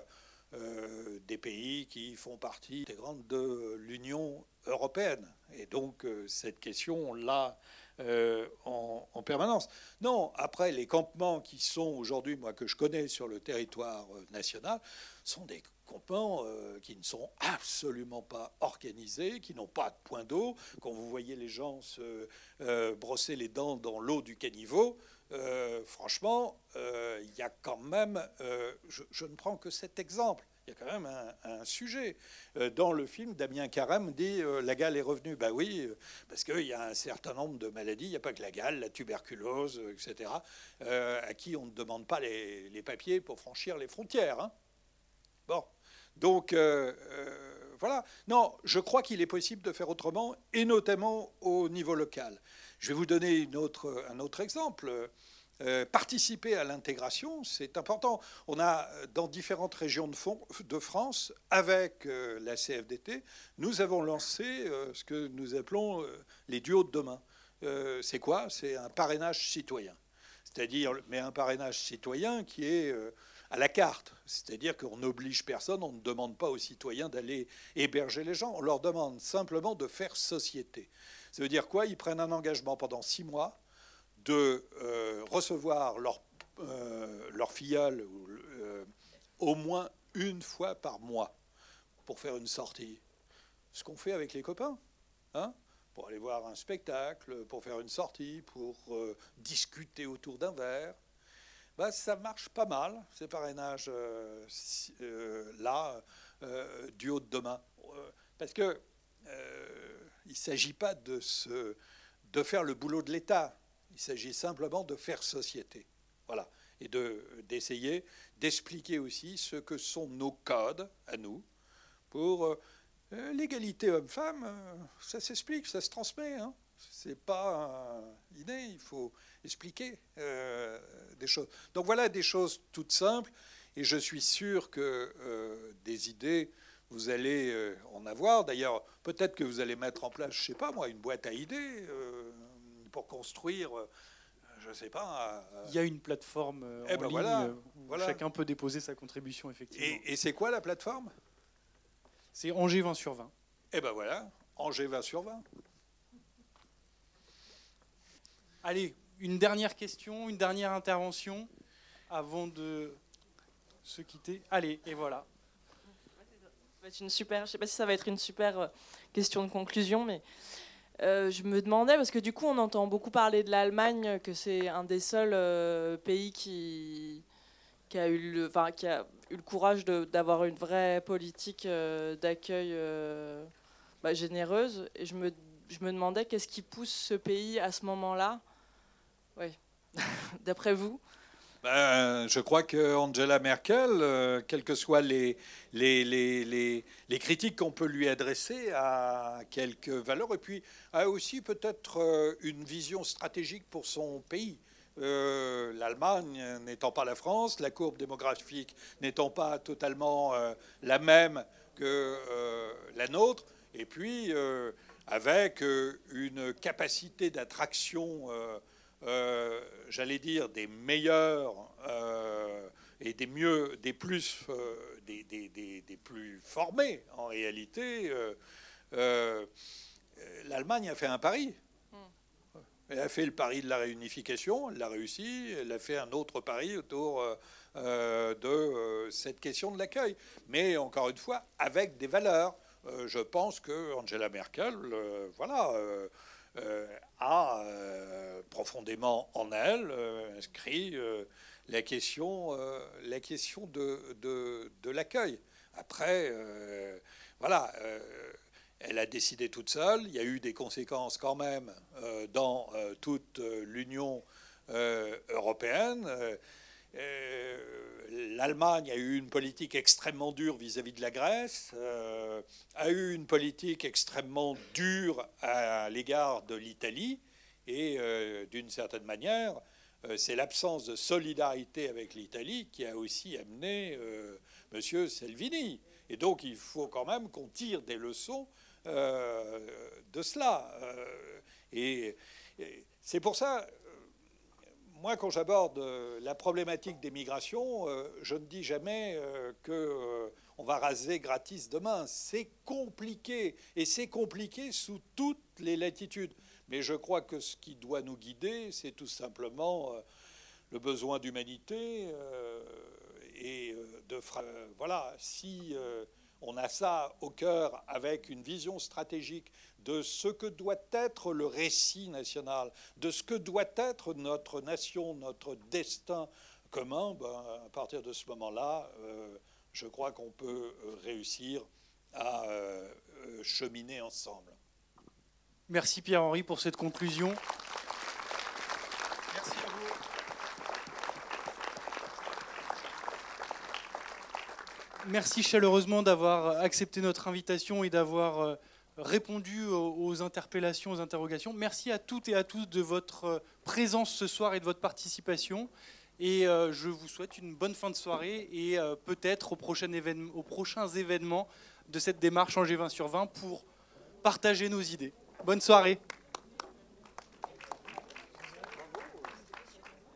Euh, des pays qui font partie intégrante de l'Union européenne. Et donc, euh, cette question, on l'a euh, en, en permanence. Non, après, les campements qui sont aujourd'hui, moi, que je connais sur le territoire national, sont des campements euh, qui ne sont absolument pas organisés, qui n'ont pas de point d'eau. Quand vous voyez les gens se euh, brosser les dents dans l'eau du caniveau, Euh, franchement, euh, il y a quand même, euh, je, je ne prends que cet exemple, il y a quand même un, un sujet. Euh, dans le film, Damien Carême dit euh, la gale est revenue. Ben oui, euh, parce qu'il y a un certain nombre de maladies, il n'y a pas que la gale, la tuberculose, et cetera, euh, à qui on ne demande pas les, les papiers pour franchir les frontières. Hein. Bon, donc euh, euh, voilà. Non, je crois qu'il est possible de faire autrement, et notamment au niveau local. Je vais vous donner une autre, un autre exemple. Euh, participer à l'intégration, c'est important. On a, dans différentes régions de, fond, de France, avec euh, la C F D T, nous avons lancé euh, ce que nous appelons euh, les duos de demain. Euh, c'est quoi? C'est un parrainage citoyen. C'est-à-dire, mais un parrainage citoyen qui est euh, à la carte. C'est-à-dire qu'on n'oblige personne, on ne demande pas aux citoyens d'aller héberger les gens. On leur demande simplement de faire société. Ça veut dire quoi? Ils prennent un engagement pendant six mois de euh, recevoir leur, euh, leur filleule euh, au moins une fois par mois pour faire une sortie. Ce qu'on fait avec les copains, hein, pour aller voir un spectacle, pour faire une sortie, pour euh, discuter autour d'un verre. Ben, ça marche pas mal, ces parrainages euh, euh, là, euh, du haut de demain. Euh, parce que euh, il ne s'agit pas de, se, de faire le boulot de l'État. Il s'agit simplement de faire société. Voilà. et de, d'essayer d'expliquer aussi ce que sont nos codes à nous pour euh, l'égalité homme-femme. Euh, ça s'explique, ça se transmet. Hein. C'est pas euh, inné, il faut expliquer euh, des choses. Donc voilà des choses toutes simples, et je suis sûr que euh, des idées, vous allez euh, en avoir. D'ailleurs, peut-être que vous allez mettre en place, je sais pas moi, une boîte à idées euh, pour construire, euh, je sais pas. Euh, Il y a une plateforme euh, eh en ben ligne voilà, euh, où voilà. chacun peut déposer sa contribution, effectivement. Et, et c'est quoi la plateforme? C'est Angers vingt sur vingt. Eh ben voilà, Angers vingt sur vingt. Allez, une dernière question, une dernière intervention avant de se quitter. Allez, et voilà. Ça va être une super, je ne sais pas si ça va être une super question de conclusion, mais euh, je me demandais, parce que du coup on entend beaucoup parler de l'Allemagne, que c'est un des seuls euh, pays qui, qui, a eu le, enfin, qui a eu le courage de, d'avoir une vraie politique euh, d'accueil euh, bah, généreuse. Et je me, je me demandais qu'est-ce qui pousse ce pays à ce moment-là. Oui, d'après vous? Ben, je crois que Angela Merkel, euh, quelles que soient les, les, les, les, les critiques qu'on peut lui adresser, a quelques valeurs et puis a aussi peut-être euh, une vision stratégique pour son pays. Euh, L'Allemagne n'étant pas la France, la courbe démographique n'étant pas totalement euh, la même que euh, la nôtre, et puis euh, avec euh, une capacité d'attraction euh, Euh, j'allais dire des meilleurs euh, et des mieux, des plus, euh, des, des, des, des plus formés en réalité. Euh, euh, L'Allemagne a fait un pari. Elle a fait le pari de la réunification, elle l'a réussi. Elle a fait un autre pari autour euh, de euh, cette question de l'accueil. Mais encore une fois, avec des valeurs. Euh, je pense que Angela Merkel, euh, voilà. Euh, Euh, a euh, profondément en elle euh, inscrit euh, la question, euh, la question de, de, de l'accueil. Après, euh, voilà, euh, elle a décidé toute seule. Il y a eu des conséquences quand même euh, dans euh, toute l'Union euh, européenne. Euh, L'Allemagne a eu une politique extrêmement dure vis-à-vis de la Grèce, euh, a eu une politique extrêmement dure à l'égard de l'Italie, et euh, d'une certaine manière, euh, c'est l'absence de solidarité avec l'Italie qui a aussi amené euh, M. Salvini. Et donc il faut quand même qu'on tire des leçons euh, de cela. Euh, et, et c'est pour ça... Moi, quand j'aborde la problématique des migrations, euh, je ne dis jamais euh, qu'on euh, va raser gratis demain. C'est compliqué, et c'est compliqué sous toutes les latitudes. Mais je crois que ce qui doit nous guider, c'est tout simplement euh, le besoin d'humanité euh, et de... Euh, voilà, si euh, on a ça au cœur avec une vision stratégique de ce que doit être le récit national, de ce que doit être notre nation, notre destin commun, ben, à partir de ce moment-là, euh, je crois qu'on peut réussir à euh, cheminer ensemble. Merci Pierre-Henri pour cette conclusion. Merci à vous. Merci chaleureusement d'avoir accepté notre invitation et d'avoir répondu aux interpellations, aux interrogations. Merci à toutes et à tous de votre présence ce soir et de votre participation. Et je vous souhaite une bonne fin de soirée et peut-être aux prochains événements, aux prochains événements de cette démarche Angers vingt sur vingt pour partager nos idées. Bonne soirée.